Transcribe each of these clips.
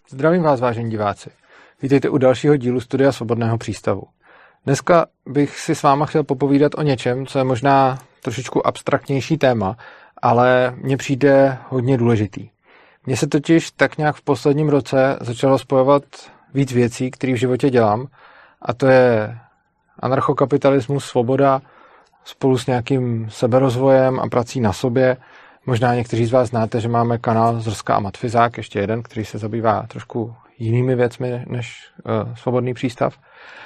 Zdravím vás, vážení diváci. Vítejte u dalšího dílu Studia Svobodného přístavu. Dneska bych si s váma chtěl popovídat o něčem, co je možná trošičku abstraktnější téma, ale mně přijde hodně důležitý. Mně se totiž tak nějak v posledním roce začalo spojovat víc věcí, které v životě dělám, a to je anarchokapitalismus, svoboda, spolu s nějakým seberozvojem a prací na sobě. Možná někteří z vás znáte, že máme kanál Zrska a Matfizák, ještě jeden, který se zabývá trošku jinými věcmi než Svobodný přístav.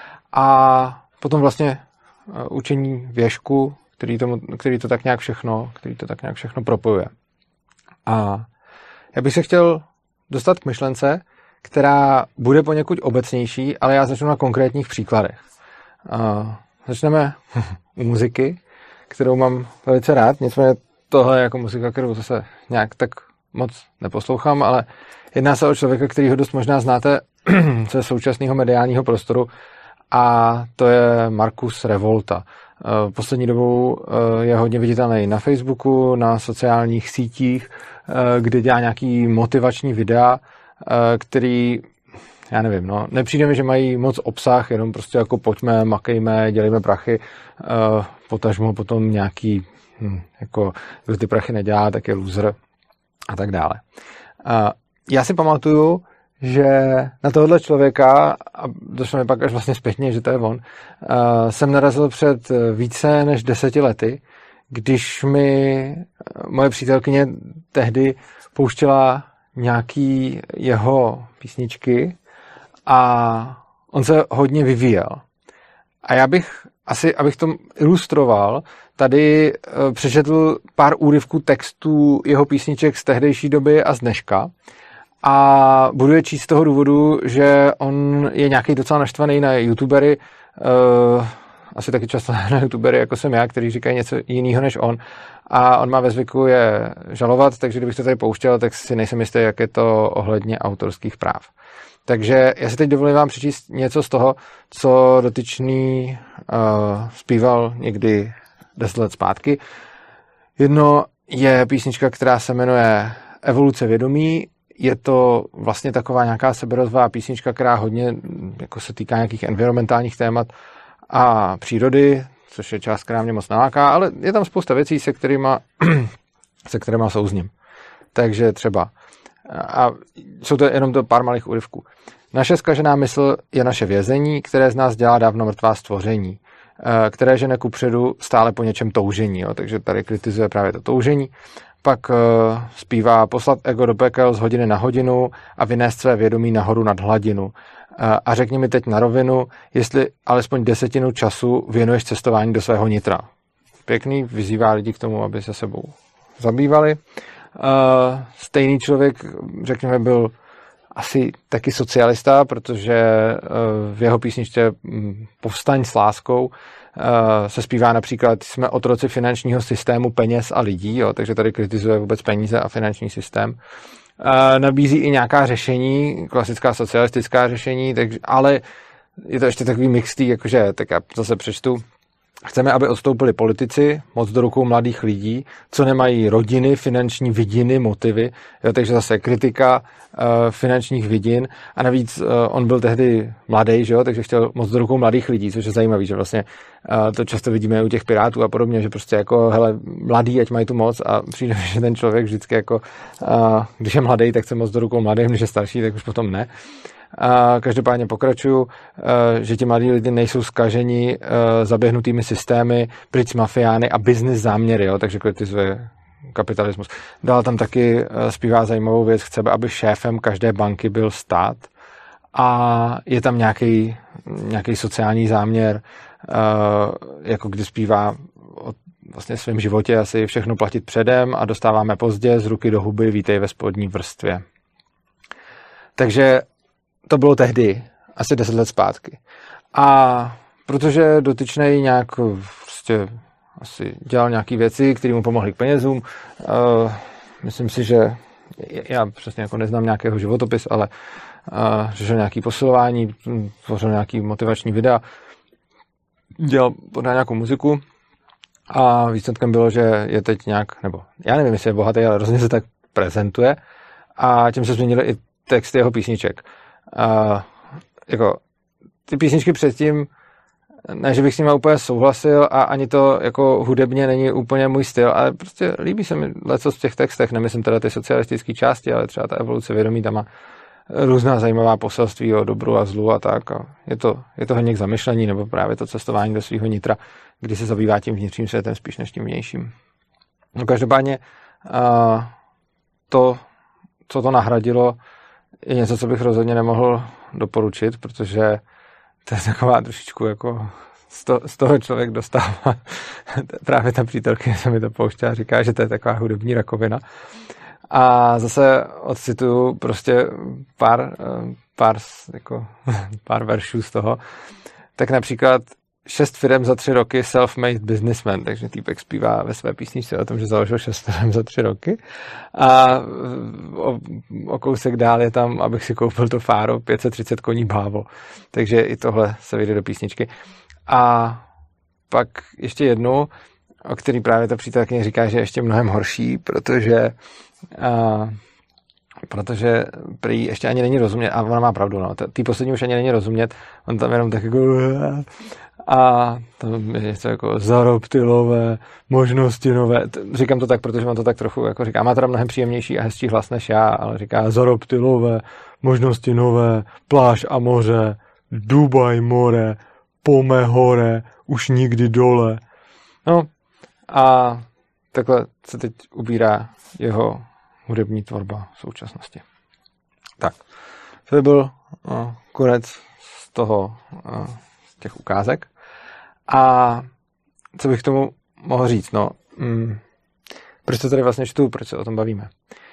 A potom vlastně učení věšku, který to tak nějak všechno propojuje. A já bych se chtěl dostat k myšlence, která bude poněkud obecnější, ale já začnu na konkrétních příkladech. Začneme u muziky, kterou mám velice rád, nicméně tohle je jako muzika, kterou zase nějak tak moc neposlouchám, ale jedná se o člověka, kterýho dost možná znáte ze současného mediálního prostoru, a to je Marcus Revolta. Poslední dobou je hodně viditelný na Facebooku, na sociálních sítích, kde dělá nějaký motivační videa, který, já nevím, nepřijde mi, že mají moc obsah, jenom prostě jako pojďme, makejme, dělejme prachy, potažmo potom nějaký, jako kdo ty prachy nedělá, tak je loser a tak dále. Já si pamatuju, že na tohohle člověka, a došlo mi pak až vlastně zpětně, že to je on, jsem narazil před více než 10 lety, když mi moje přítelkyně tehdy pouštěla nějaký jeho písničky a on se hodně vyvíjel. A já bych asi, abych to ilustroval, tady přečetl pár úryvků textů jeho písniček z tehdejší doby a z dneška. A budu je číst z toho důvodu, že on je nějaký docela naštvaný na youtubery, asi taky často na youtubery, jako jsem já, kteří říkají něco jiného než on. A on má ve zvyku je žalovat, takže kdybych to tady pouštěl, tak si nejsem jistý, jak je to ohledně autorských práv. Takže já si teď dovolím vám přečíst něco z toho, co dotyčný zpíval někdy 10 let zpátky. Jedno je písnička, která se jmenuje Evoluce vědomí. Je to vlastně taková nějaká seberozvojová písnička, která hodně jako se týká nějakých environmentálních témat a přírody, což je část, která mě moc naláká, ale je tam spousta věcí, se kterýma souzním. Takže třeba, a jsou to jenom to pár malých úryvků. Naše zkažená mysl je naše vězení, které z nás dělá dávno mrtvá stvoření, které žene kupředu stále po něčem toužení. Jo? Takže tady kritizuje právě to toužení. Pak zpívá poslat ego do pekel z hodiny na hodinu a vynést své vědomí nahoru nad hladinu. A řekni mi teď na rovinu, jestli alespoň 10 času věnuješ cestování do svého nitra. Pěkný, vyzývá lidi k tomu, aby se sebou zabývali. Stejný člověk, řekněme, byl asi taky socialista, protože v jeho písničce Povstaň s láskou se zpívá například, jsme otroci finančního systému peněz a lidí, jo, takže tady kritizuje vůbec peníze a finanční systém. Nabízí i nějaká řešení, klasická socialistická řešení, ale je to ještě takový mixtý, jakože, tak já zase přečtu. Chceme, aby odstoupili politici, moc do rukou mladých lidí, co nemají rodiny, finanční vidiny, motivy, jo, takže zase kritika finančních vidin, a navíc on byl tehdy mladý, že jo, takže chtěl moc do rukou mladých lidí, což je zajímavý, že vlastně to často vidíme u těch pirátů a podobně, že prostě jako, hele, mladý, ať mají tu moc, a přijde, že ten člověk vždycky jako, když je mladý, tak chce moc do rukou mladých, když je starší, tak už potom ne. Každopádně pokračuju, že ti mladí lidi nejsou zkaženi zaběhnutými systémy, pryč s mafiány a business záměry, jo, takže kritizuje kapitalismus. Dál tam taky zpívá zajímavou věc, chce, aby šéfem každé banky byl stát, a je tam nějaký sociální záměr, jako kdy zpívá o vlastně svém životě asi všechno platit předem a dostáváme pozdě, z ruky do huby, vítej ve spodní vrstvě. Takže to bylo tehdy, asi 10 let zpátky. A protože dotyčnej nějak prostě asi dělal nějaký věci, které mu pomohly k penězům, myslím si, že já přesně jako neznám nějakého životopis, ale řešil nějaký posilování, tvořil nějaký motivační videa, dělal podle nějakou muziku a výsledkem bylo, že je teď nějak, nebo já nevím, jestli je bohatý, ale rozhodně se tak prezentuje, a tím se změnily i texty jeho písniček. Jako ty písničky předtím, ne, že bych s nimi úplně souhlasil a ani to jako hudebně není úplně můj styl, ale prostě líbí se mi leco v těch textech, nemyslím teda ty socialistické části, ale třeba ta evoluce vědomí tam má různá zajímavá poselství o dobru a zlu a tak. A je to hodně k zamyšlení, nebo právě to cestování do svého nitra, kdy se zabývá tím vnitřním světem spíš než tím vnějším. No každopádně to, co to nahradilo, je něco, co bych rozhodně nemohl doporučit, protože to je taková trošičku jako z toho člověk dostává. Právě ta přítelkyně se mi to pouštěla a říká, že to je taková hudební rakovina. A zase odcituju prostě pár veršů z toho. Tak například 6 firem za 3 roky self-made businessman, takže týpek zpívá ve své písničce o tom, že založil 6 firem za 3 roky. A o kousek dál je tam, abych si koupil to fáro, 530 koní bávo. Takže i tohle se vyjde do písničky. A pak ještě jednu, o který právě ta přítelkyně říká, že je ještě mnohem horší, protože prý ještě ani není rozumět, a ona má pravdu, no, tý poslední už ani není rozumět, on tam jenom tak jako a tam je něco jako zarob ty lové, možnosti nové, říkám to tak, protože on to tak trochu jako říká, má teda mnohem příjemnější a hezčí hlas než já, ale říká zarob ty lové, možnosti nové, pláž a moře, Dubaj more, pome hore, už nikdy dole. No a takhle se teď ubírá jeho hudební tvorba v současnosti. Tak, to by byl konec z těch ukázek. A co bych k tomu mohl říct? No, proč to tady vlastně čtu, proč se o tom bavíme?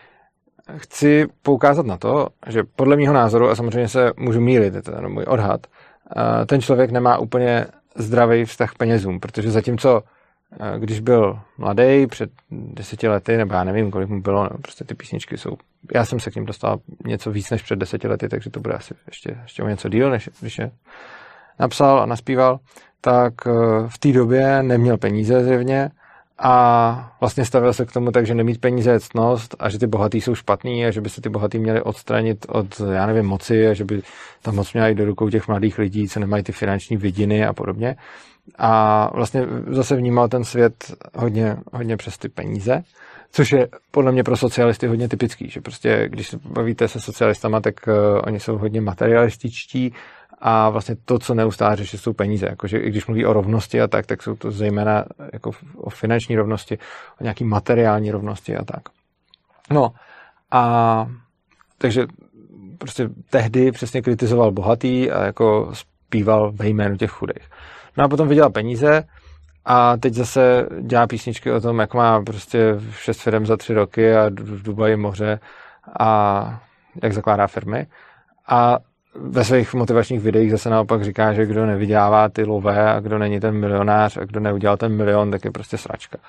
Chci poukázat na to, že podle mýho názoru, a samozřejmě se můžu mýlit, je to můj odhad, ten člověk nemá úplně zdravý vztah k penězům, protože zatímco když byl mladý, před 10 lety, nebo já nevím, kolik mu bylo, nebo prostě ty písničky jsou, já jsem se k ním dostal něco víc než před 10 lety, takže to bude asi ještě o něco díl, než když je napsal a naspíval, tak v té době neměl peníze zjevně a vlastně stavil se k tomu tak, že nemít peníze je ctnost a že ty bohatý jsou špatný a že by se ty bohatý měli odstranit od, já nevím, moci a že by ta moc měla jít do rukou těch mladých lidí, co nemají ty finanční vidiny a podobně. A vlastně zase vnímal ten svět hodně přes ty peníze, což je podle mě pro socialisty hodně typický, že prostě když se bavíte se socialistama, tak oni jsou hodně materialističtí a vlastně to, co neustále řeší, jsou peníze. Jakože i když mluví o rovnosti a tak jsou to zejména jako o finanční rovnosti, o nějaký materiální rovnosti a tak. No a takže prostě tehdy přesně kritizoval bohatý a jako zpíval ve jménu těch chudých. No a potom vydělal peníze a teď zase dělá písničky o tom, jak má prostě 6 firem za 3 roky a v Dubaji moře a jak zakládá firmy. A ve svých motivačních videích zase naopak říká, že kdo nevydělává ty lové a kdo není ten milionář a kdo neudělal ten milion, tak je prostě sračka.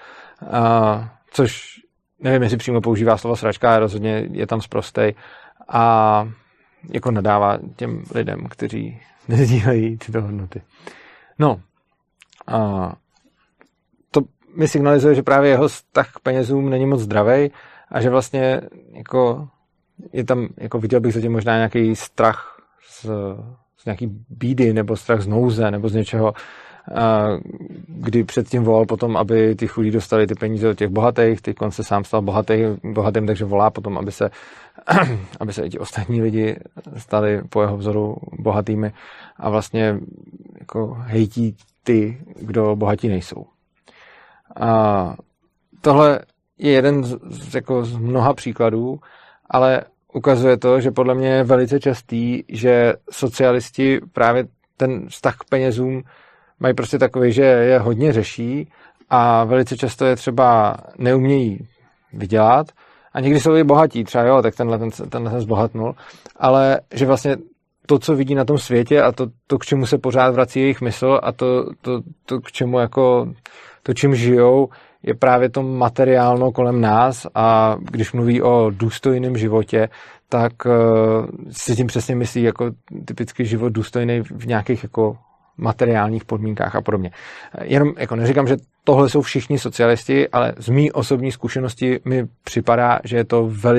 Což nevím, jestli přímo používá slovo sračka, ale rozhodně je tam sprostej a jako nadává těm lidem, kteří nezdílejí tyto hodnoty. No, to mi signalizuje, že právě jeho vztah k penězům není moc zdravý a že vlastně jako je tam, jako viděl bych zatím možná nějaký strach z nějaký bídy nebo strach z nouze nebo z něčeho, kdy předtím volal potom, aby ty chudí dostali ty peníze od těch bohatých, teď on se sám stal bohatým, takže volá potom, aby se i ti ostatní lidi stali po jeho vzoru bohatými a vlastně jako hejtí ty, kdo bohatí nejsou. A tohle je jeden z mnoha příkladů, ale ukazuje to, že podle mě je velice častý, že socialisti právě ten vztah k penězům mají prostě takový, že je hodně řeší a velice často je třeba neumějí vydělat a někdy jsou i bohatí, třeba jo, tak tenhle ten zbohatnul, ale že vlastně to, co vidí na tom světě a to k čemu se pořád vrací jejich mysl a to k čemu jako to, čím žijou, je právě to materiálno kolem nás a když mluví o důstojném životě, tak si tím přesně myslí jako typický život důstojný v nějakých jako materiálních podmínkách a podobně. Jenom jako neříkám, že tohle jsou všichni socialisti, ale z mý osobní zkušenosti mi připadá, že je to velice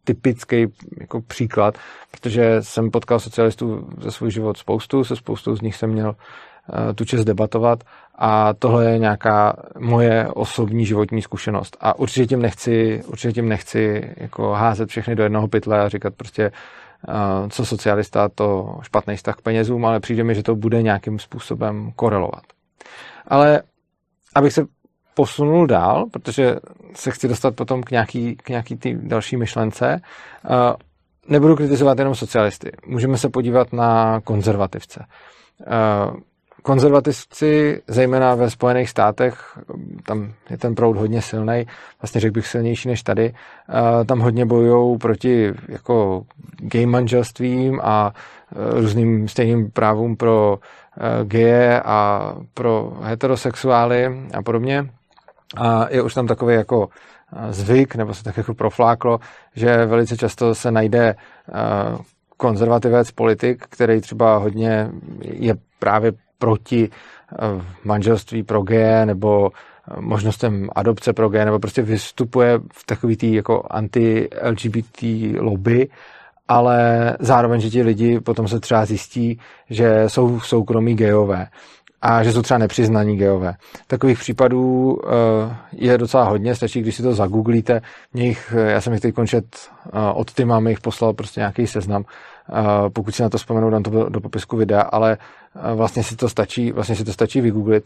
typický jako příklad, protože jsem potkal socialistů za svůj život se spoustou z nich jsem měl tu čest debatovat a tohle je nějaká moje osobní životní zkušenost. A určitě tím nechci jako házet všechny do jednoho pytle a říkat prostě, co socialista, to špatný vztah k penězům, ale přijde mi, že to bude nějakým způsobem korelovat. Ale abych se posunul dál, protože se chci dostat potom k nějaký ty další myšlence, nebudu kritizovat jenom socialisty. Můžeme se podívat na konzervativce. Konzervativci, zejména ve Spojených státech, tam je ten proud hodně silný, vlastně řekl bych silnější než tady, tam hodně bojují proti jako gay manželstvím a různým stejným právům pro geje a pro heterosexuály a podobně. A je už tam takový jako zvyk, nebo se tak jako profláklo, že velice často se najde konzervativec, politik, který třeba hodně je právě proti manželství pro geje nebo možnostem adopce pro geje, nebo prostě vystupuje v takový tý jako anti-LGBT lobby, ale zároveň, že ti lidi potom se třeba zjistí, že jsou soukromí gejové a že jsou třeba nepřiznaní gejové. Takových případů je docela hodně, stačí, když si to zagooglíte. Já jsem jich teď končet od Tima, mi jich poslal prostě nějaký seznam. Pokud si na to vzpomenu, dám to do popisku videa, ale vlastně si to stačí vygooglit.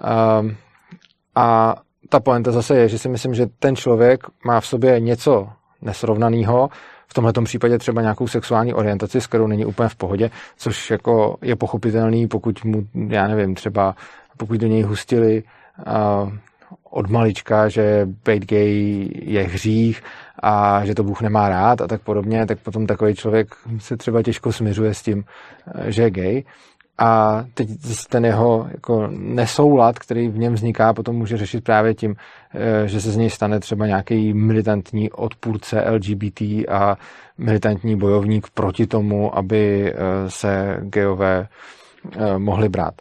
A ta pointa zase je, že si myslím, že ten člověk má v sobě něco nesrovnaného, v tomhletom případě třeba nějakou sexuální orientaci, s kterou není úplně v pohodě, což jako je pochopitelný, pokud mu, já nevím, třeba pokud do něj hustili od malička, že být gay je hřích a že to Bůh nemá rád a tak podobně, tak potom takový člověk se třeba těžko smiřuje s tím, že je gay. A teď ten jeho jako nesoulad, který v něm vzniká, potom může řešit právě tím, že se z něj stane třeba nějaký militantní odpůrce LGBT a militantní bojovník proti tomu, aby se gejové mohli brát.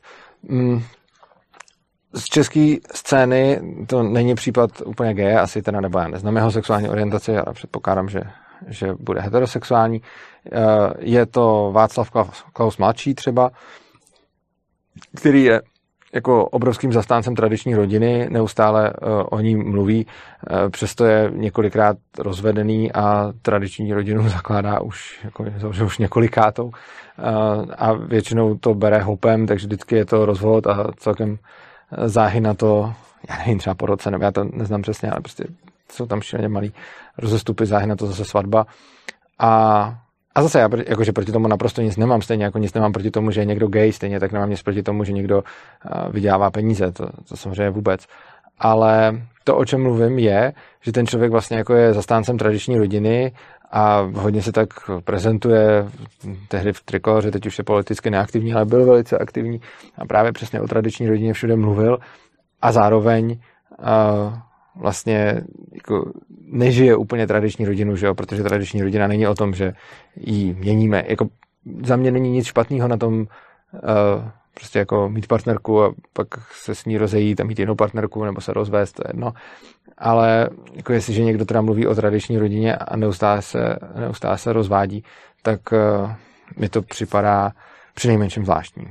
Z české scény to není případ úplně geje, asi teda, nebo já neznám jeho sexuální orientaci, ale předpokládám, že bude heterosexuální. Je to Václav Klaus mladší třeba, který je jako obrovským zastáncem tradiční rodiny, neustále o ní mluví, přesto je několikrát rozvedený a tradiční rodinu zakládá už několikátou a většinou to bere hopem, takže vždycky je to rozvod a celkem záhy na to, já nevím, třeba po roce, nebo já to neznám přesně, ale prostě jsou tam šíleně malý rozestupy, záhy na to zase svatba a zase já jakože proti tomu naprosto nic nemám, stejně jako nic nemám proti tomu, že je někdo gay, stejně tak nemám nic proti tomu, že někdo vydělává peníze, to samozřejmě vůbec. Ale to, o čem mluvím, je, že ten člověk vlastně jako je zastáncem tradiční rodiny a hodně se tak prezentuje, tehdy v Trikoloře, teď už je politicky neaktivní, ale byl velice aktivní a právě přesně o tradiční rodině všude mluvil a zároveň vlastně jako nežije úplně tradiční rodinu, že jo? Protože tradiční rodina není o tom, že ji měníme. Jako za mě není nic špatného na tom prostě jako mít partnerku a pak se s ní rozejít a mít jinou partnerku nebo se rozvést, to je jedno. Ale jako jestliže někdo teda mluví o tradiční rodině a neustále se rozvádí, tak mi to připadá přinejmenším zvláštní.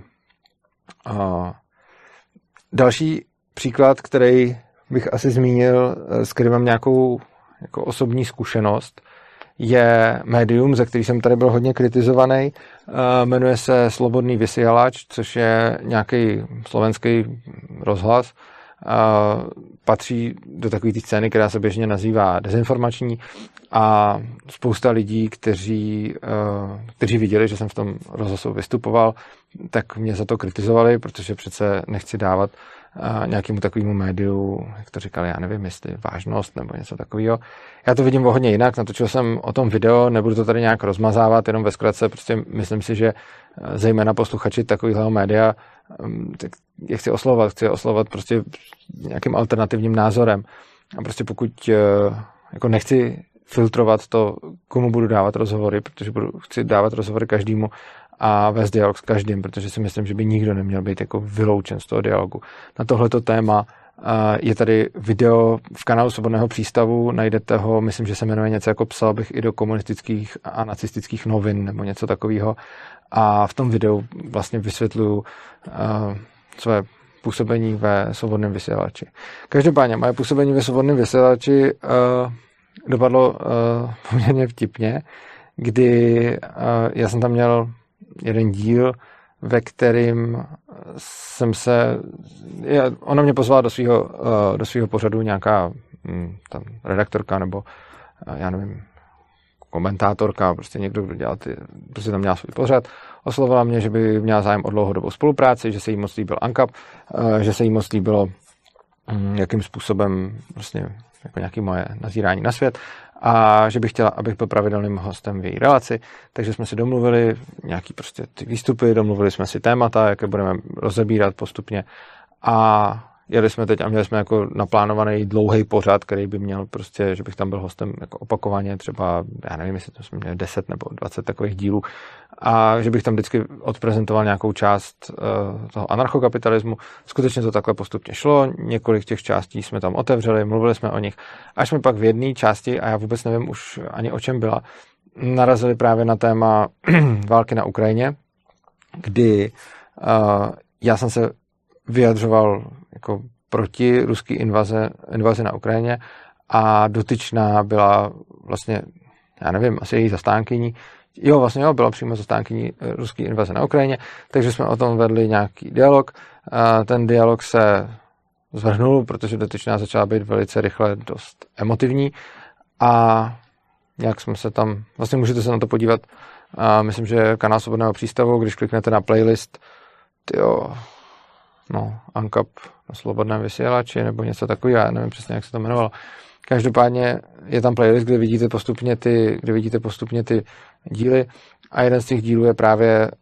Další příklad, který bych asi zmínil, s kterým mám nějakou jako osobní zkušenost, je médium, za který jsem tady byl hodně kritizovaný. Jmenuje se Slobodný vysielač, což je nějaký slovenský rozhlas. Patří do takové té scény, která se běžně nazývá dezinformační a spousta lidí, kteří viděli, že jsem v tom rozhlasu vystupoval, tak mě za to kritizovali, protože přece nechci dávat nějakému takovému médiu, jak to říkali, já nevím, jestli vážnost nebo něco takového. Já to vidím hodně jinak, natočil jsem o tom video, nebudu to tady nějak rozmazávat, jenom ve zkratce, prostě myslím si, že zejména posluchači takového média, tak je chci oslovovat prostě nějakým alternativním názorem. A prostě pokud jako nechci filtrovat to, komu budu dávat rozhovory, protože chci dávat rozhovory každému a vést dialog s každým, protože si myslím, že by nikdo neměl být jako vyloučen z toho dialogu. Na tohleto téma Je tady video v kanálu Svobodného přístavu, najdete ho, myslím, že se jmenuje něco jako Psal bych i do komunistických a nacistických novin nebo něco takového. A v tom videu vlastně vysvětluju své působení ve Svobodném vysílači. Každopádně moje působení ve Svobodném vysílači dopadlo poměrně vtipně, kdy já jsem tam měl jeden díl, ve kterým jsem ona mě pozvala do svého pořadu nějaká tam redaktorka nebo já nevím, komentátorka, prostě někdo, kdo dělal prostě tam měla svůj pořad, oslovila mě, že by měla zájem o dlouhodobou spolupráci, že se jí moc líbil ANCAP, že se jí moc líbilo, jakým způsobem vlastně jako nějaké moje nazírání na svět a že bych chtěla, abych byl pravidelným hostem v její relaci, takže jsme si domluvili nějaký prostě ty výstupy, domluvili jsme si témata, jaké budeme rozebírat postupně a jeli jsme teď a měli jsme jako naplánovaný dlouhý pořad, který by měl prostě, že bych tam byl hostem jako opakovaně, třeba, já nevím, jestli to jsme měli 10 nebo 20 takových dílů a že bych tam vždycky odprezentoval nějakou část toho anarchokapitalismu. Skutečně to takhle postupně šlo, několik těch částí jsme tam otevřeli, mluvili jsme o nich, až jsme pak v jedné části, a já vůbec nevím už ani o čem byla, narazili právě na téma války na Ukrajině, kdy já jsem se vyjadřoval jako proti ruské invazi na Ukrajině a dotyčná byla vlastně, já nevím, asi její zastánkyní, byla přímo zastánkyní ruské invaze na Ukrajině, takže jsme o tom vedli nějaký dialog. Ten dialog se zvrhnul, protože dotyčná začala být velice rychle dost emotivní a jak jsme se tam, vlastně můžete se na to podívat, myslím, že kanál Svobodného přístavu, když kliknete na playlist, ANCAP na Svobodném vysílači nebo něco takového, já nevím přesně, jak se to jmenovalo. Každopádně je tam playlist, kde vidíte postupně ty díly a jeden z těch dílů je právě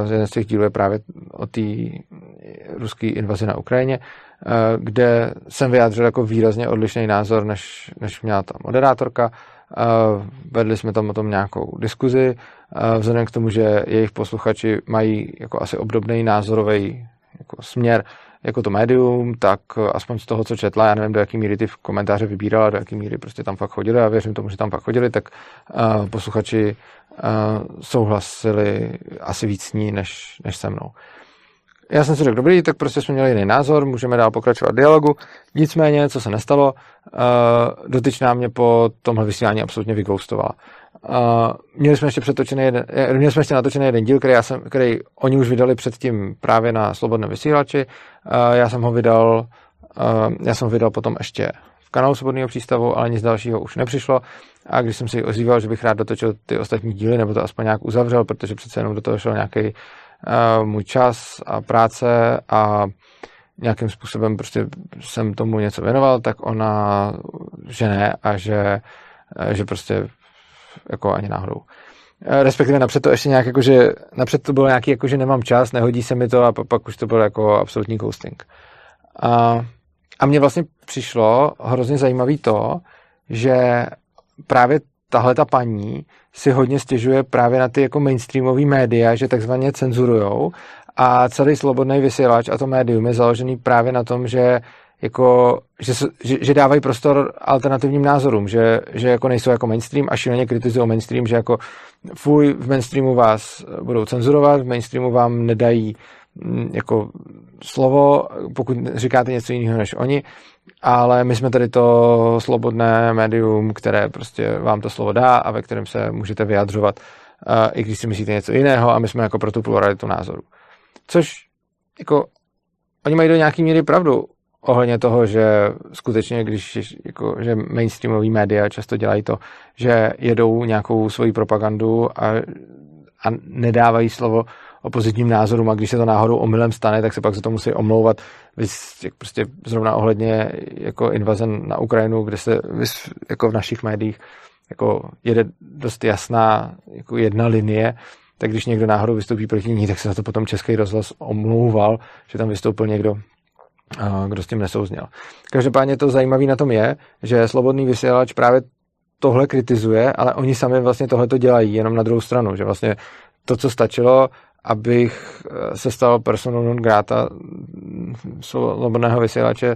o té ruské invazi na Ukrajině, kde jsem vyjádřil jako výrazně odlišný názor, než měla ta moderátorka. Vedli jsme tam o tom nějakou diskuzi, vzhledem k tomu, že jejich posluchači mají jako asi obdobný názorový jako směr jako to médium, tak aspoň z toho, co četla, já nevím, do jaký míry ty komentáře vybírala, do jaký míry prostě tam fakt chodili, a věřím tomu, že tam fakt chodili, tak posluchači souhlasili asi víc s ní, než se mnou. Já jsem si řekl, dobrý, tak prostě jsme měli jiný názor, můžeme dál pokračovat v dialogu, nicméně, co se nestalo, dotyčná mě po tomhle vysílání absolutně vygoustovala. Měli jsme ještě natočený jeden díl, který oni už vydali předtím právě na Slobodném vysílači. Já jsem ho vydal potom ještě v kanálu Svobodného přístavu, ale nic dalšího už nepřišlo. A když jsem si ozýval, že bych rád dotočil ty ostatní díly, nebo to aspoň nějak uzavřel, protože přece jenom do toho šel nějaký můj čas a práce a nějakým způsobem prostě jsem tomu něco věnoval, tak ona, že ne a že prostě jako ani náhodou. Respektive napřed to ještě nějak jako, že napřed to bylo nějaký jako, že nemám čas, nehodí se mi to a pak už to bylo jako absolutní ghosting. A mně vlastně přišlo hrozně zajímavý to, že právě tahle ta paní si hodně stěžuje právě na ty jako mainstreamový média, že takzvaně cenzurujou a celý Slobodný vysílač a to médium je založený právě na tom, že dávají prostor alternativním názorům, že jako nejsou jako mainstream a šíleně kritizují mainstream, že jako fuj, v mainstreamu vás budou cenzurovat, v mainstreamu vám nedají jako slovo, pokud říkáte něco jiného než oni, ale my jsme tady to slobodné médium, které prostě vám to slovo dá a ve kterém se můžete vyjadřovat, i když si myslíte něco jiného a my jsme jako pro tu pluralitu názoru. Což jako oni mají do nějaký míry pravdu ohledně toho, že skutečně, že mainstreamový média často dělají to, že jedou nějakou svoji propagandu a nedávají slovo opozitním názorům a když se to náhodou omylem stane, tak se pak za to musí omlouvat. Prostě zrovna ohledně jako invaze na Ukrajinu, kde se jako v našich médiích jako jede dost jasná jako jedna linie, tak když někdo náhodou vystoupí proti ní, tak se za to potom Český rozhlas omlouval, že tam vystoupil někdo, kdo s tím nesouzněl. Každopádně to zajímavé na tom je, že Slobodný vysílač právě tohle kritizuje, ale oni sami vlastně tohle to dělají, jenom na druhou stranu, že vlastně to, co stačilo, abych se stal personou non grata Slobodného vysílače,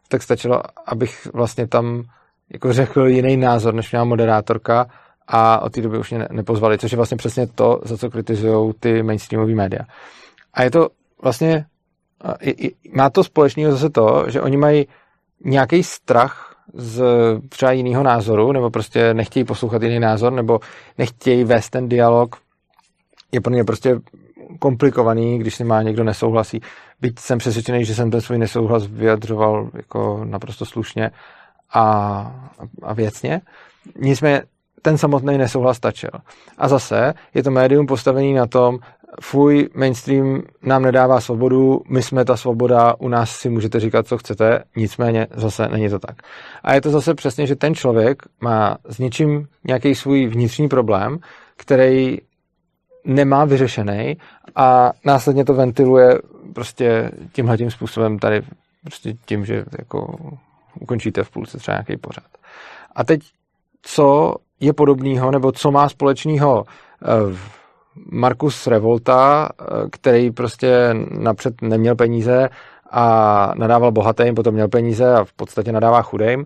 tak stačilo, abych vlastně tam jako řekl jiný názor, než měla moderátorka a od té doby už mě nepozvali, což je vlastně přesně to, za co kritizujou ty mainstreamové média. A je to vlastně, má to společného zase to, že oni mají nějaký strach z třeba jiného názoru, nebo prostě nechtějí poslouchat jiný názor, nebo nechtějí vést ten dialog. Je pro ně prostě komplikovaný, když si má někdo nesouhlasí. Byť jsem přesvědčený, že jsem ten svůj nesouhlas vyjadřoval jako naprosto slušně a věcně. Nicméně ten samotný nesouhlas stačil. A zase je to médium postavený na tom, fuj, mainstream nám nedává svobodu, my jsme ta svoboda, u nás si můžete říkat, co chcete, nicméně zase není to tak. A je to zase přesně, že ten člověk má s něčím nějaký svůj vnitřní problém, který nemá vyřešený a následně to ventiluje prostě tímhletím způsobem tady, prostě tím, že jako ukončíte v půlce třeba nějaký pořad. A teď, co je podobného, nebo co má společného Marcus Revolta, který prostě napřed neměl peníze a nadával bohatým, potom měl peníze a v podstatě nadává chudým,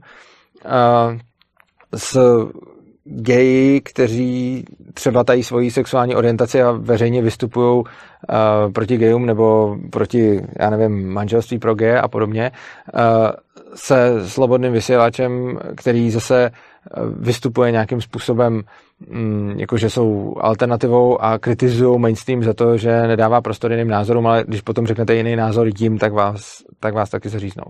s geji, kteří třeba tají svoji sexuální orientaci a veřejně vystupují proti gejům nebo proti, já nevím, manželství pro geje a podobně, se slobodným vysílačem, který zase vystupuje nějakým způsobem, jakože jsou alternativou a kritizují mainstream za to, že nedává prostor jiným názorům, ale když potom řeknete jiný názor jim, tak vás taky zaříznou.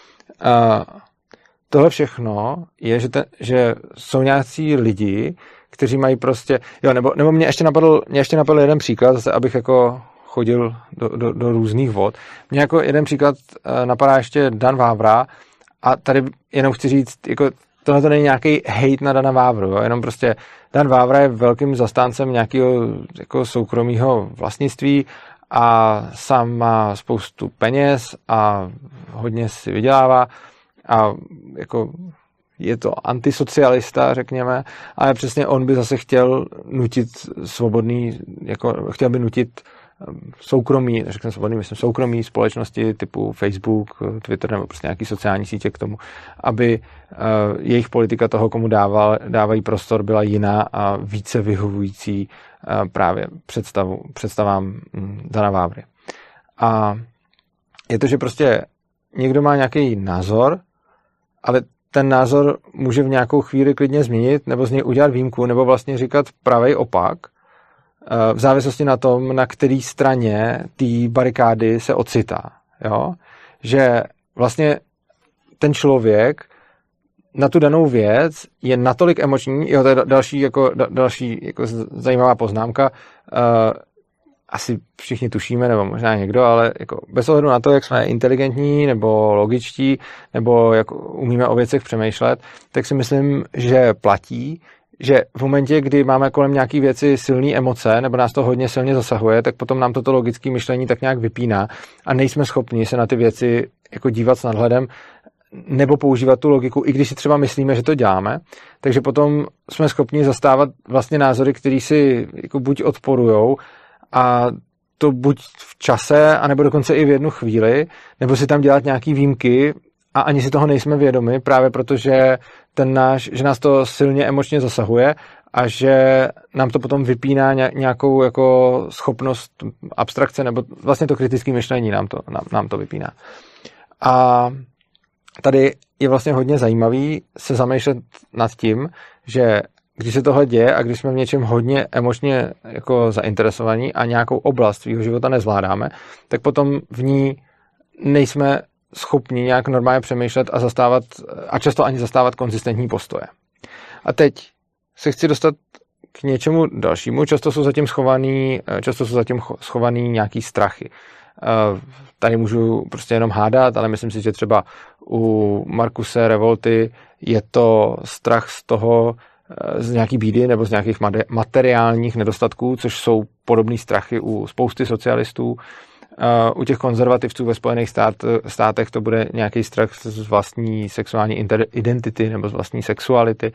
Tohle všechno je, že jsou nějací lidi, kteří mají prostě, jo, nebo mě ještě napadl jeden příklad, zase abych jako chodil do různých vod. Mně jako jeden příklad napadá ještě Dan Vávra a tady jenom chci říct, jako tohle to není nějaký hejt na Dana Vávru, jo? Jenom prostě Dan Vávra je velkým zastáncem nějakého jako soukromého vlastnictví a sám má spoustu peněz a hodně si vydělává a jako je to antisocialista, řekněme, ale přesně on by zase chtěl nutit svobodný, jako chtěl by nutit soukromí, řekněme svobodný, myslím soukromí společnosti typu Facebook, Twitter nebo prostě nějaký sociální sítě k tomu, aby jejich politika toho, komu dávají prostor, byla jiná a více vyhovující právě představám Dana Vávry. A je to, že prostě někdo má nějaký názor, ale ten názor může v nějakou chvíli klidně změnit, nebo z něj udělat výjimku, nebo vlastně říkat pravý opak, v závislosti na tom, na který straně té barikády se ocitá. Jo? Že vlastně ten člověk na tu danou věc je natolik emoční, jo, to je další jako zajímavá poznámka, asi všichni tušíme, nebo možná někdo, ale jako bez ohledu na to, jak jsme inteligentní nebo logičtí, nebo jak umíme o věcech přemýšlet, tak si myslím, že platí, že v momentě, kdy máme kolem nějaký věci silné emoce, nebo nás to hodně silně zasahuje, tak potom nám toto logické myšlení tak nějak vypíná a nejsme schopni se na ty věci jako dívat s nadhledem, nebo používat tu logiku, i když si třeba myslíme, že to děláme, takže potom jsme schopni zastávat vlastně názory, které si jako buď odporujou, a to buď v čase, anebo dokonce i v jednu chvíli, nebo si tam dělat nějaký výjimky a ani si toho nejsme vědomi, právě protože že nás to silně emočně zasahuje a že nám to potom vypíná nějakou jako schopnost abstrakce, nebo vlastně to kritické myšlení nám to vypíná. A tady je vlastně hodně zajímavý se zamýšlet nad tím, že když se tohle děje a když jsme v něčem hodně emočně jako zainteresovaní a nějakou oblast svého života nezvládáme, tak potom v ní nejsme schopni nějak normálně přemýšlet a často ani zastávat konzistentní postoje. A teď se chci dostat k něčemu dalšímu. Často jsou zatím schovaný nějaký strachy. Tady můžu prostě jenom hádat, ale myslím si, že třeba u Marcuse Revolty je to strach z toho, z nějaký bídy nebo z nějakých materiálních nedostatků, což jsou podobné strachy u spousty socialistů. U těch konzervativců ve Spojených státech to bude nějaký strach z vlastní sexuální identity nebo z vlastní sexuality.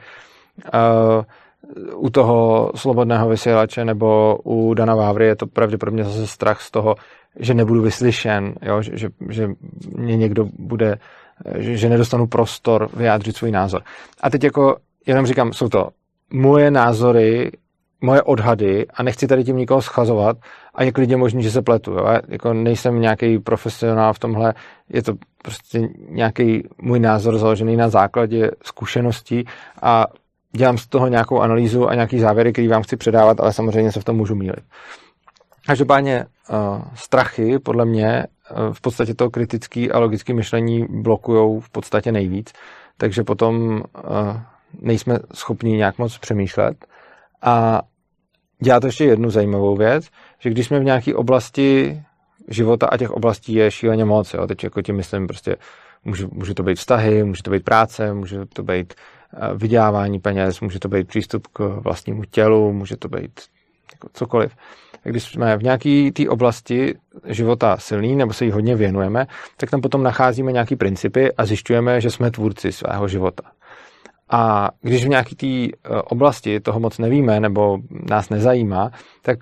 U toho slobodného vysílače nebo u Dana Vávry je to pravděpodobně zase strach z toho, že nebudu vyslyšen, jo? Že mě někdo bude že nedostanu prostor vyjádřit svůj názor. A teď jako jenom říkám, jsou to moje názory, moje odhady a nechci tady tím nikoho schazovat a je klidně možný, že se pletu. Jo? Já jako nejsem nějaký profesionál v tomhle, je to prostě nějaký můj názor založený na základě zkušeností a dělám z toho nějakou analýzu a nějaký závěry, který vám chci předávat, ale samozřejmě se v tom můžu mýlit. Každopádně strachy podle mě v podstatě to kritické a logické myšlení blokujou v podstatě nejvíc, takže potom nejsme schopni nějak moc přemýšlet. A dělá to ještě jednu zajímavou věc, že když jsme v nějaké oblasti života a těch oblastí je šíleně moc, jo, teď jako tím myslím prostě, může to být vztahy, může to být práce, může to být vydělávání peněz, může to být přístup k vlastnímu tělu, může to být jako cokoliv. Když jsme v nějaké té oblasti života silný nebo se jí hodně věnujeme, tak tam potom nacházíme nějaké principy a zjišťujeme, že jsme tvůrci svého života. A když v nějaké té oblasti toho moc nevíme nebo nás nezajímá, tak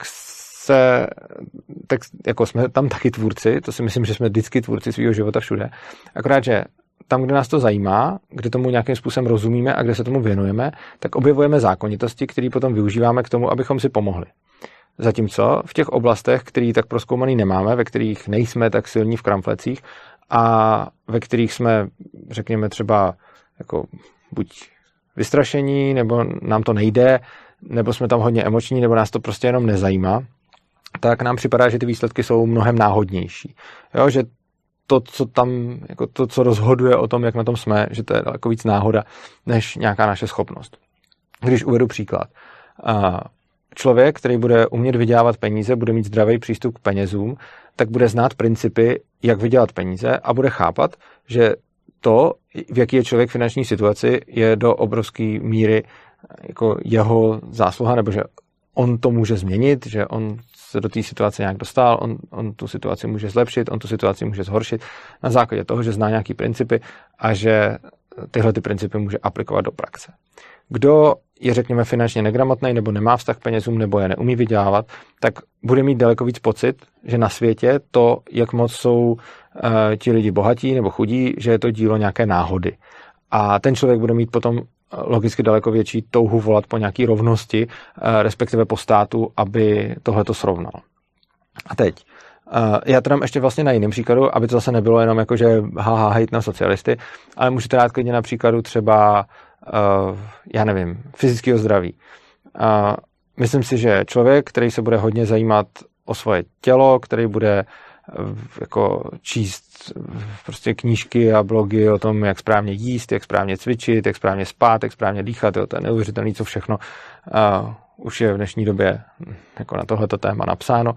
jako jsme tam taky tvůrci, to si myslím, že jsme vždycky tvůrci svého života všude. Akorát, že tam, kde nás to zajímá, kde tomu nějakým způsobem rozumíme a kde se tomu věnujeme, tak objevujeme zákonitosti, které potom využíváme k tomu, abychom si pomohli. Zatímco v těch oblastech, které tak prozkoumaný nemáme, ve kterých nejsme tak silní v kramflecích a ve kterých jsme, řekněme třeba, jako buď vystrašení, nebo nám to nejde, nebo jsme tam hodně emoční, nebo nás to prostě jenom nezajímá, tak nám připadá, že ty výsledky jsou mnohem náhodnější. Jo, že to, co tam, jako to, co rozhoduje o tom, jak na tom jsme, že to je daleko víc náhoda, než nějaká naše schopnost. Když uvedu příklad. Člověk, který bude umět vydělávat peníze, bude mít zdravý přístup k penězům, tak bude znát principy, jak vydělat peníze a bude chápat, že to, v jaký je člověk v finanční situaci, je do obrovské míry jako jeho zásluha, nebo že on to může změnit, že on se do té situace nějak dostal, on tu situaci může zlepšit, on tu situaci může zhoršit na základě toho, že zná nějaký principy a že tyhle ty principy může aplikovat do praxe. Kdo je, řekněme, finančně negramotný nebo nemá vztah k penězům nebo je neumí vydělávat, tak bude mít daleko víc pocit, že na světě to, jak moc jsou ti lidi bohatí nebo chudí, že je to dílo nějaké náhody. A ten člověk bude mít potom logicky daleko větší touhu volat po nějaký rovnosti, respektive po státu, aby tohleto srovnal. A teď, já to dám ještě vlastně na jiném příkladu, aby to zase nebylo jenom jako, že hejt na socialisty, ale můžete dát klidně na příkladu třeba, já nevím, fyzického zdraví. Myslím si, že člověk, který se bude hodně zajímat o svoje tělo, který bude jako číst prostě knížky a blogy o tom, jak správně jíst, jak správně cvičit, jak správně spát, jak správně dýchat, jo, to je neuvěřitelné, co všechno už je v dnešní době jako na tohleto téma napsáno,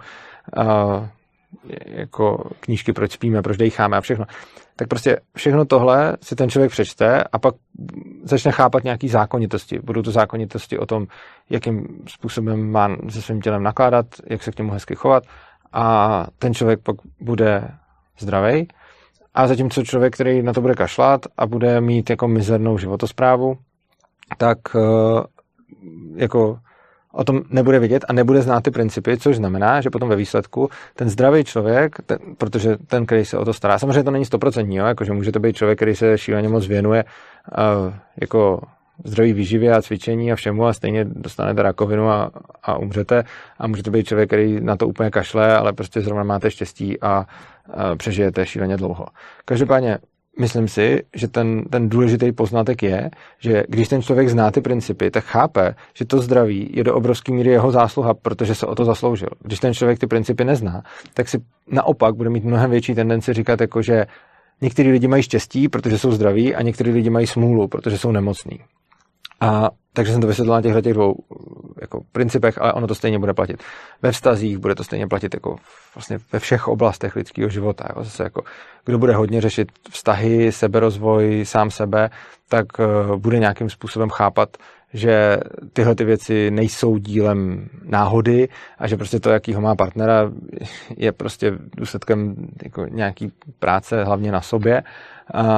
jako knížky, proč spíme, proč dejcháme a všechno. Tak prostě všechno tohle si ten člověk přečte a pak začne chápat nějaký zákonitosti. Budou to zákonitosti o tom, jakým způsobem má se svým tělem nakládat, jak se k němu hezky chovat a ten člověk pak bude zdravej. A zatímco člověk, který na to bude kašlat a bude mít jako mizernou životosprávu, tak jako o tom nebude vědět a nebude znát ty principy, což znamená, že potom ve výsledku ten zdravý člověk, protože ten, který se o to stará, samozřejmě to není 100%, jakože může to být člověk, který se šíleně moc věnuje jako zdraví výživě a cvičení a všemu a stejně dostanete rakovinu a umřete a může to být člověk, který na to úplně kašle, ale prostě zrovna máte štěstí a přežijete šíleně dlouho. Každopádně myslím si, že ten důležitý poznatek je, že když ten člověk zná ty principy, tak chápe, že to zdraví je do obrovské míry jeho zásluha, protože se o to zasloužil. Když ten člověk ty principy nezná, tak si naopak bude mít mnohem větší tendenci říkat, jako, že některý lidi mají štěstí, protože jsou zdraví, a některý lidi mají smůlu, protože jsou nemocní. A takže jsem to vysvětlil na těchto dvou jako principech, ale ono to stejně bude platit. Ve vztazích bude to stejně platit jako vlastně ve všech oblastech lidského života. Jo. Zase jako, kdo bude hodně řešit vztahy, seberozvoj, sám sebe, tak bude nějakým způsobem chápat, že tyhle ty věci nejsou dílem náhody a že prostě to, jakýho má partnera, je prostě důsledkem jako nějaký práce hlavně na sobě.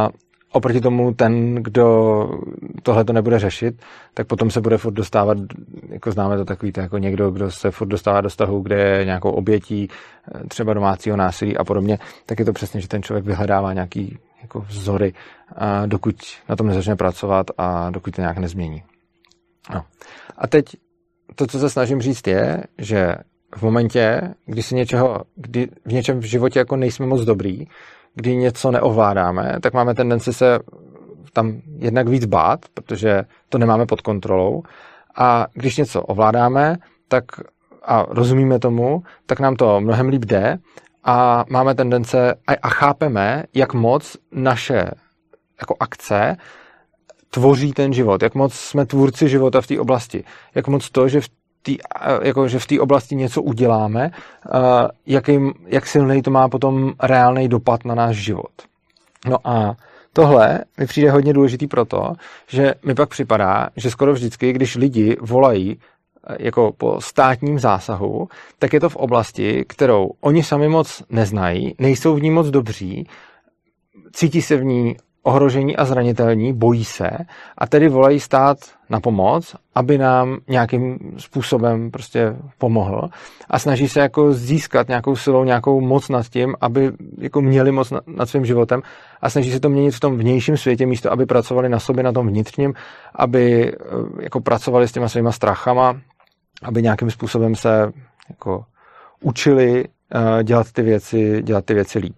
oproti tomu ten, kdo tohle to nebude řešit, tak potom se bude furt dostávat, jako známe to takový, to jako někdo, kdo se furt dostává do vztahu, kde je nějakou obětí třeba domácího násilí a podobně, tak je to přesně, že ten člověk vyhledává nějaký jako vzory, dokud na tom nezačne pracovat a dokud to nějak nezmění. No. A teď to, co se snažím říct, je, že v momentě, kdy v něčem v životě jako nejsme moc dobrý, kdy něco neovládáme, tak máme tendenci se tam jednak víc bát, protože to nemáme pod kontrolou. A když něco ovládáme tak a rozumíme tomu, tak nám to mnohem líp jde a máme tendence a chápeme, jak moc naše jako akce tvoří ten život, jak moc jsme tvůrci života v té oblasti, jak moc to, že v té oblasti něco uděláme, jak silný to má potom reálný dopad na náš život. No a tohle mi přijde hodně důležitý proto, že mi pak připadá, že skoro vždycky, když lidi volají jako po státním zásahu, tak je to v oblasti, kterou oni sami moc neznají, nejsou v ní moc dobří, cítí se v ní ohrožení a zranitelní, bojí se a tedy volají stát na pomoc, aby nám nějakým způsobem prostě pomohl a snaží se jako získat nějakou silou, nějakou moc nad tím, aby jako měli moc nad svým životem a snaží se to měnit v tom vnějším světě, místo aby pracovali na sobě, na tom vnitřním, aby jako pracovali s těma svýma strachama, aby nějakým způsobem se jako učili dělat ty věci líp.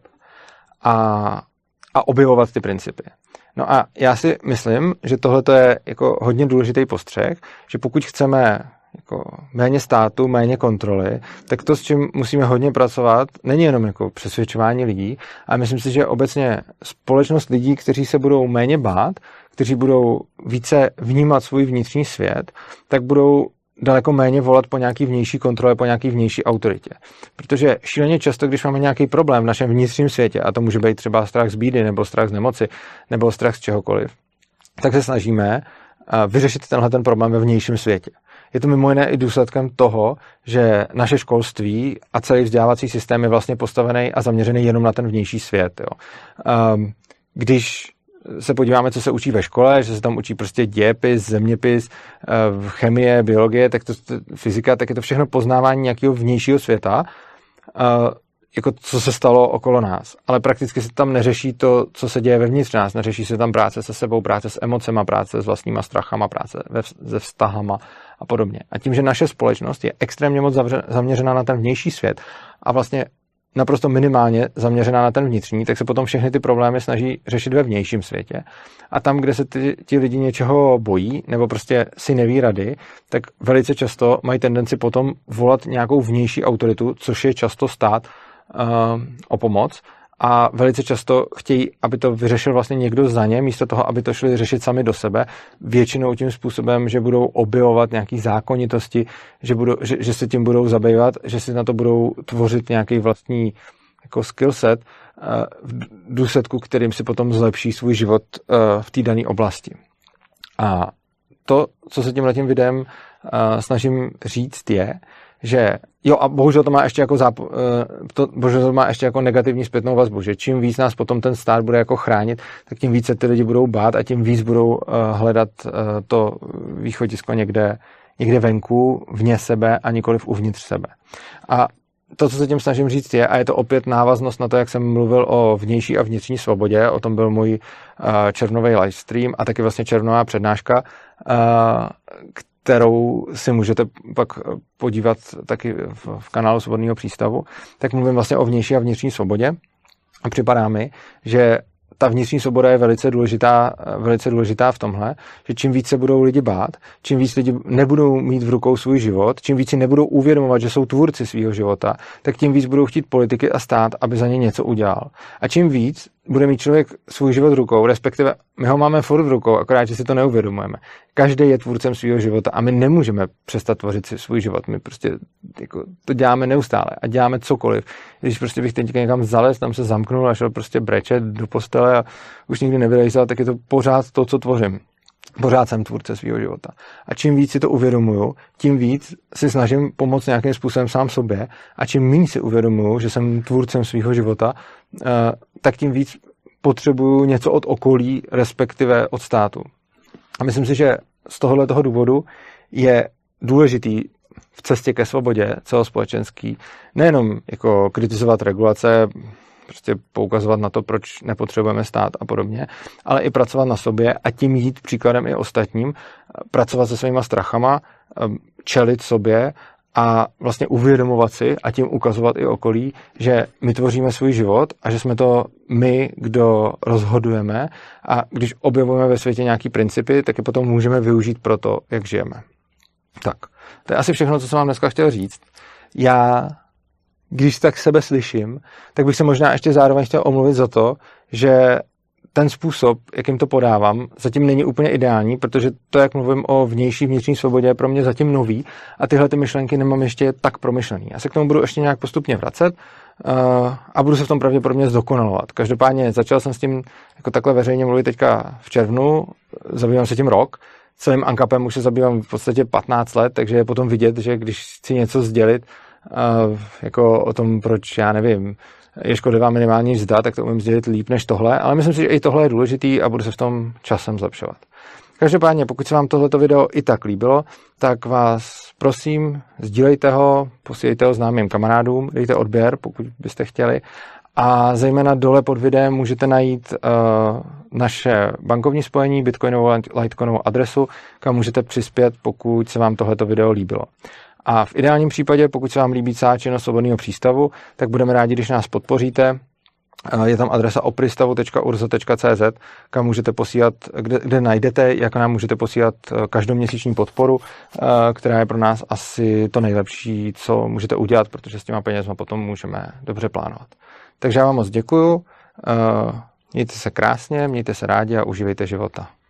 A objevovat ty principy. No a já si myslím, že tohle je jako hodně důležitý postřeh, že pokud chceme jako méně státu, méně kontroly, tak to, s čím musíme hodně pracovat, není jenom jako přesvědčování lidí, ale myslím si, že obecně společnost lidí, kteří se budou méně bát, kteří budou více vnímat svůj vnitřní svět, tak budou daleko méně volat po nějaký vnější kontrole, po nějaký vnější autoritě. Protože šíleně často, když máme nějaký problém v našem vnitřním světě, a to může být třeba strach z bídy, nebo strach z nemoci, nebo strach z čehokoliv, tak se snažíme vyřešit ten problém ve vnějším světě. Je to mimo jiné i důsledkem toho, že naše školství a celý vzdělávací systém je vlastně postavený a zaměřený jenom na ten vnější svět. Jo. Když se podíváme, co se učí ve škole, že se tam učí prostě dějepis, zeměpis, chemie, biologie, tak to fyzika, tak je to všechno poznávání nějakého vnějšího světa, jako co se stalo okolo nás. Ale prakticky se tam neřeší to, co se děje vevnitř nás. Neřeší se tam práce se sebou, práce s emocema, práce s vlastníma strachama, práce se vztahama a podobně. A tím, že naše společnost je extrémně moc zaměřená na ten vnější svět a vlastně naprosto minimálně zaměřená na ten vnitřní, tak se potom všechny ty problémy snaží řešit ve vnějším světě. A tam, kde se ti lidi něčeho bojí, nebo prostě si neví rady, tak velice často mají tendenci potom volat nějakou vnější autoritu, což je často stát o pomoc. A velice často chtějí, aby to vyřešil vlastně někdo za ně, místo toho, aby to šli řešit sami do sebe. Většinou tím způsobem, že budou objevovat nějaké zákonitosti, že se tím budou zabývat, že si na to budou tvořit nějaký vlastní jako skillset, v důsledku kterým si potom zlepší svůj život v té dané oblasti. A to, co se tímhletím videem snažím říct, je, že jo, a bohužel to má ještě jako negativní zpětnou vazbu, že čím víc nás potom ten stát bude jako chránit, tak tím více ty lidi budou bát a tím víc budou hledat to východisko někde venku, vně sebe a nikoliv uvnitř sebe. A to, co se tím snažím říct je, a je to opět návaznost na to, jak jsem mluvil o vnější a vnitřní svobodě, o tom byl můj červnový livestream a taky vlastně červnová přednáška, kterou si můžete pak podívat taky v kanálu Svobodného přístavu, tak mluvím vlastně o vnější a vnitřní svobodě a připadá mi, že ta vnitřní svoboda je velice důležitá v tomhle, že čím víc se budou lidi bát, čím víc lidi nebudou mít v rukou svůj život, čím víc si nebudou uvědomovat, že jsou tvůrci svého života, tak tím víc budou chtít politiky a stát, aby za ně něco udělal. A čím víc bude mít člověk svůj život v rukou, respektive my ho máme furt v rukou, akorát, že si to neuvědomujeme. Každý je tvůrcem svého života a my nemůžeme přestat tvořit si svůj život. My prostě jako, to děláme neustále a děláme cokoliv. Když prostě bych teď někam zalez, tam se zamknul a šel prostě brečet do postele a už nikdy nevylejzal, tak je to pořád to, co tvořím. Pořád jsem tvůrce svého života. A čím víc si to uvědomuju, tím víc si snažím pomoct nějakým způsobem sám sobě a čím méně si uvědomuju, že jsem tvůrcem svého života, tak tím víc potřebuju něco od okolí, respektive od státu. A myslím si, že z tohoto důvodu je důležitý v cestě ke svobodě celospolečenský nejenom jako kritizovat regulace, prostě poukazovat na to, proč nepotřebujeme stát a podobně, ale i pracovat na sobě a tím jít příkladem i ostatním, pracovat se svýma strachama, čelit sobě a vlastně uvědomovat si a tím ukazovat i okolí, že my tvoříme svůj život a že jsme to my, kdo rozhodujeme a když objevujeme ve světě nějaký principy, tak je potom můžeme využít pro to, jak žijeme. Tak, to je asi všechno, co jsem vám dneska chtěl říct. Já, když tak sebe slyším, tak bych se možná ještě zároveň chtěl omluvit za to, že ten způsob, jakým to podávám, zatím není úplně ideální, protože to, jak mluvím o vnitřní svobodě, je pro mě zatím nový a tyhle ty myšlenky nemám ještě tak promyšlený. Já se k tomu budu ještě nějak postupně vracet a budu se v tom pravděpodobně zdokonalovat. Každopádně začal jsem s tím jako takhle veřejně mluvit teďka v červnu, zabývám se tím rok, celým ANCAPem už se zabývám v podstatě 15 let, takže je potom vidět, že když chci něco sdělit, jako o tom, proč, já nevím, je škodlivá minimální mzda, tak to umím sdělit líp než tohle, ale myslím si, že i tohle je důležitý a budu se v tom časem zlepšovat. Každopádně, pokud se vám tohleto video i tak líbilo, tak vás prosím, sdílejte ho, posílejte ho známým kamarádům, dejte odběr, pokud byste chtěli. A zejména dole pod videem můžete najít naše bankovní spojení, bitcoinovou, litecoinovou adresu, kam můžete přispět, pokud se vám tohleto video líbilo. A v ideálním případě, pokud se vám líbí celá činnost Svobodného přístavu, tak budeme rádi, když nás podpoříte. Je tam adresa opristavu.urza.cz, kam můžete posílat, kde najdete, jak nám můžete posílat každoměsíční podporu, která je pro nás asi to nejlepší, co můžete udělat, protože s těma penězma potom můžeme dobře plánovat. Takže já vám moc děkuju, mějte se krásně, mějte se rádi a užívejte života.